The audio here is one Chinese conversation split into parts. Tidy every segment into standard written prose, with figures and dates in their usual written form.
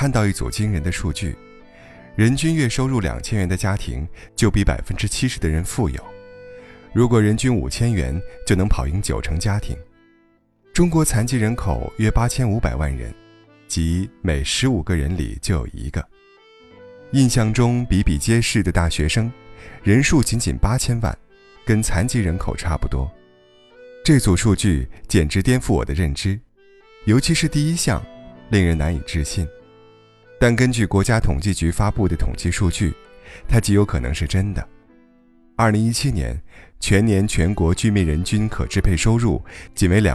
看到一组惊人的数据，人均月收入2000元的家庭就比70%的人富有，如果人均5000元就能跑赢90%家庭。中国残疾人口约8500万人，即每15个人里就有一个。印象中比比皆是的大学生人数仅8000万，跟残疾人口差不多。这组数据简直颠覆我的认知，尤其是第一项，令人难以置信。但根据国家统计局发布的统计数据，它极有可能是真的。2017年全年全国居民人均可支配收入仅为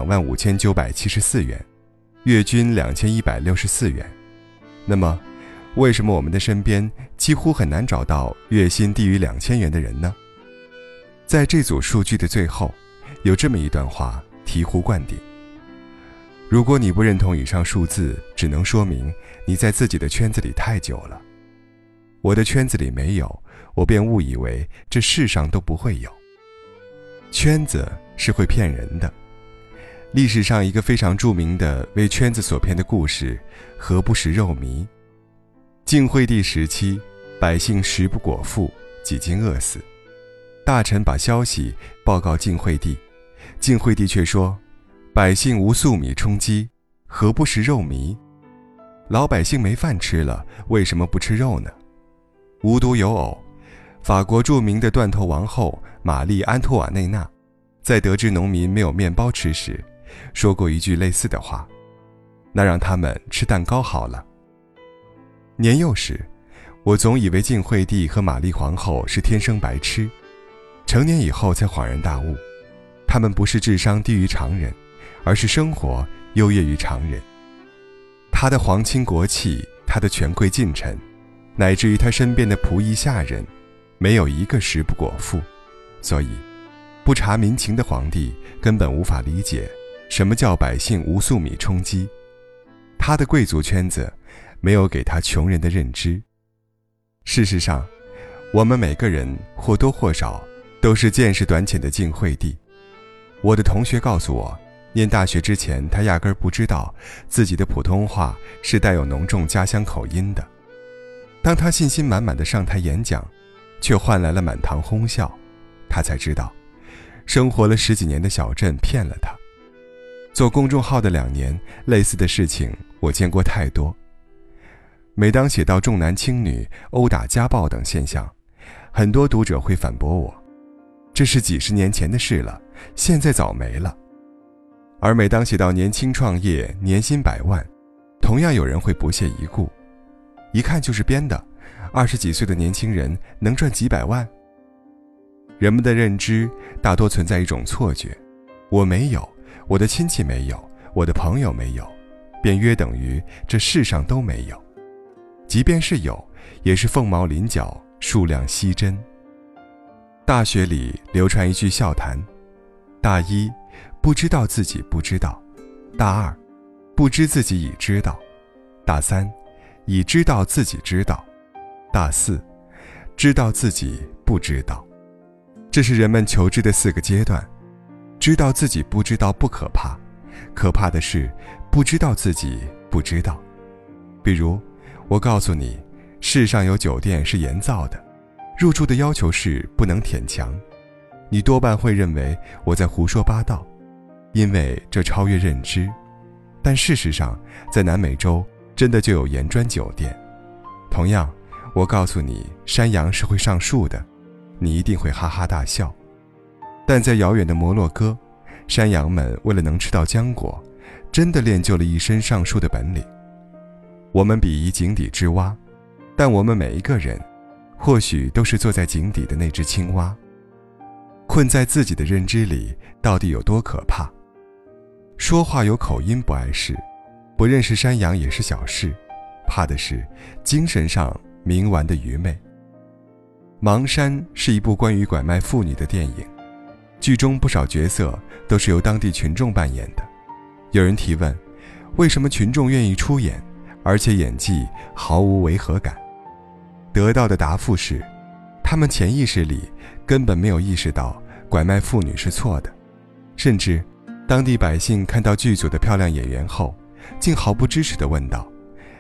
25974元，月均2164元。那么为什么我们的身边几乎很难找到月薪低于2000元的人呢？在这组数据的最后，有这么一段话醍醐灌顶：如果你不认同以上数字，只能说明你在自己的圈子里太久了。我的圈子里没有，我便误以为这世上都不会有。圈子是会骗人的。历史上一个非常著名的为圈子所骗的故事，何不食肉糜。晋惠帝时期，百姓食不果腹，几经饿死。大臣把消息报告晋惠帝，晋惠帝却说：百姓无粟米充饥，何不食肉糜？老百姓没饭吃了，为什么不吃肉呢？无独有偶，法国著名的断头王后玛丽安托瓦内娜，在得知农民没有面包吃时，说过一句类似的话：那让他们吃蛋糕好了。年幼时，我总以为晋惠帝和玛丽皇后是天生白痴，成年以后才恍然大悟，他们不是智商低于常人，而是生活优越于常人。他的皇亲国戚，他的权贵近臣，乃至于他身边的仆役下人，没有一个食不果腹。所以不察民情的皇帝根本无法理解什么叫百姓无粟米充饥。他的贵族圈子没有给他穷人的认知。事实上，我们每个人或多或少都是见识短浅的晋惠帝。我的同学告诉我，念大学之前他压根儿不知道自己的普通话是带有浓重家乡口音的。当他信心满满地上台演讲，却换来了满堂哄笑，他才知道生活了10几年的小镇骗了他。做公众号的2年，类似的事情我见过太多。每当写到重男轻女、殴打家暴等现象，很多读者会反驳我，这是几十年前的事了，现在早没了。而每当写到年轻创业、年薪100万，同样有人会不屑一顾，一看就是编的，20几岁的年轻人能赚几百万。人们的认知大多存在一种错觉，我没有，我的亲戚没有，我的朋友没有，便约等于这世上都没有。即便是有，也是凤毛麟角，数量稀珍。大学里流传一句笑谈：大一不知道自己不知道，大2不知自己已知道，大3已知道自己知道，大4知道自己不知道。这是人们求知的4个阶段。知道自己不知道不可怕，可怕的是不知道自己不知道。比如我告诉你，世上有酒店是盐造的，入住的要求是不能舔墙，你多半会认为我在胡说八道，因为这超越认知。但事实上，在南美洲真的就有盐砖酒店。同样，我告诉你山羊是会上树的，你一定会哈哈大笑。但在遥远的摩洛哥，山羊们为了能吃到浆果，真的练就了一身上树的本领。我们比夷井底之蛙，但我们每一个人或许都是坐在井底的那只青蛙。困在自己的认知里到底有多可怕？说话有口音不碍事，不认识山羊也是小事，怕的是精神上冥顽的愚昧。盲山是一部关于拐卖妇女的电影，剧中不少角色都是由当地群众扮演的。有人提问，为什么群众愿意出演，而且演技毫无违和感？得到的答复是，他们潜意识里根本没有意识到拐卖妇女是错的，甚至当地百姓看到剧组的漂亮演员后，竟毫不支持地问道：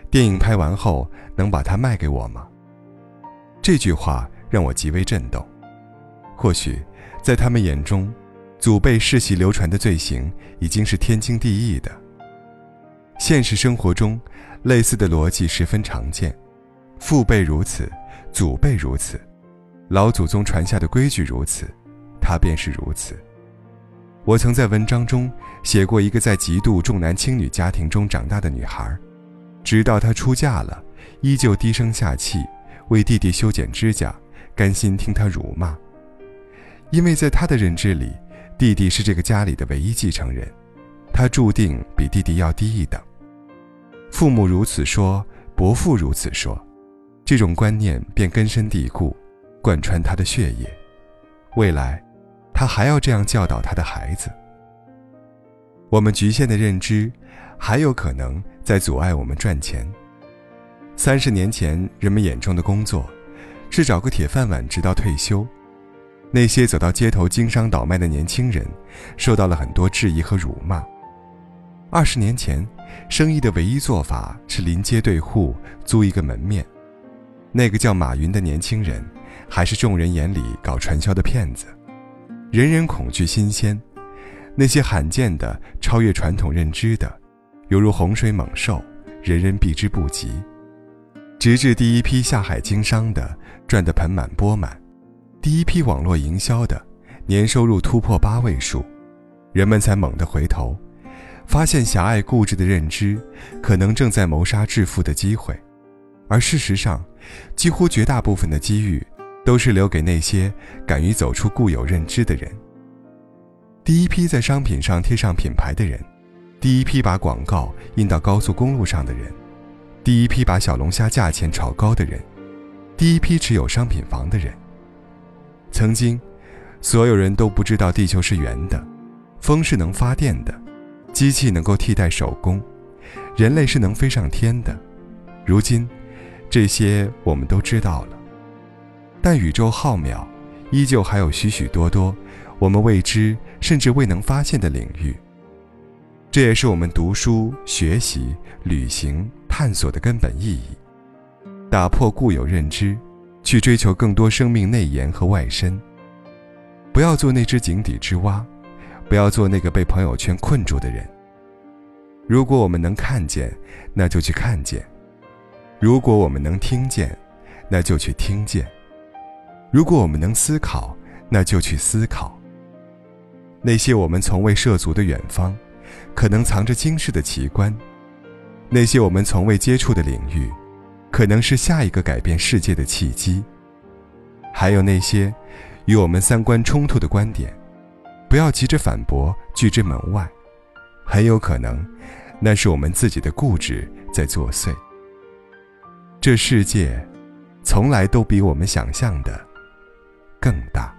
电影拍完后能把它卖给我吗？这句话让我极为震动。或许在他们眼中，祖辈世袭流传的罪行已经是天经地义的。现实生活中，类似的逻辑十分常见，父辈如此，祖辈如此，老祖宗传下的规矩如此，他便是如此。我曾在文章中写过一个在极度重男轻女家庭中长大的女孩，直到她出嫁了，依旧低声下气，为弟弟修剪指甲，甘心听他辱骂。因为在她的认知里，弟弟是这个家里的唯一继承人，他注定比弟弟要低一等。父母如此说，伯父如此说，这种观念便根深蒂固，贯穿他的血液。未来他还要这样教导他的孩子。我们局限的认知还有可能在阻碍我们赚钱。30年前人们眼中的工作是找个铁饭碗直到退休，那些走到街头经商倒卖的年轻人受到了很多质疑和辱骂。20年前，生意的唯一做法是临街对户租一个门面。那个叫马云的年轻人还是众人眼里搞传销的骗子。人人恐惧新鲜，那些罕见的超越传统认知的，犹如洪水猛兽，人人避之不及。直至第一批下海经商的赚得盆满钵满，第一批网络营销的年收入突破8位数，人们才猛地回头，发现狭隘固执的认知可能正在谋杀致富的机会。而事实上，几乎绝大部分的机遇都是留给那些敢于走出固有认知的人。第一批在商品上贴上品牌的人，第一批把广告印到高速公路上的人，第一批把小龙虾价钱炒高的人，第一批持有商品房的人。曾经，所有人都不知道地球是圆的，风是能发电的，机器能够替代手工，人类是能飞上天的。如今，这些我们都知道了。但宇宙浩渺，依旧还有许许多多我们未知甚至未能发现的领域。这也是我们读书、学习、旅行、探索的根本意义。打破固有认知，去追求更多生命内延和外伸。不要做那只井底之蛙，不要做那个被朋友圈困住的人。如果我们能看见，那就去看见；如果我们能听见，那就去听见；如果我们能思考，那就去思考。那些我们从未涉足的远方，可能藏着惊世的奇观；那些我们从未接触的领域，可能是下一个改变世界的契机。还有那些与我们三观冲突的观点，不要急着反驳，拒之门外，很有可能那是我们自己的固执在作祟。这世界从来都比我们想象的更大。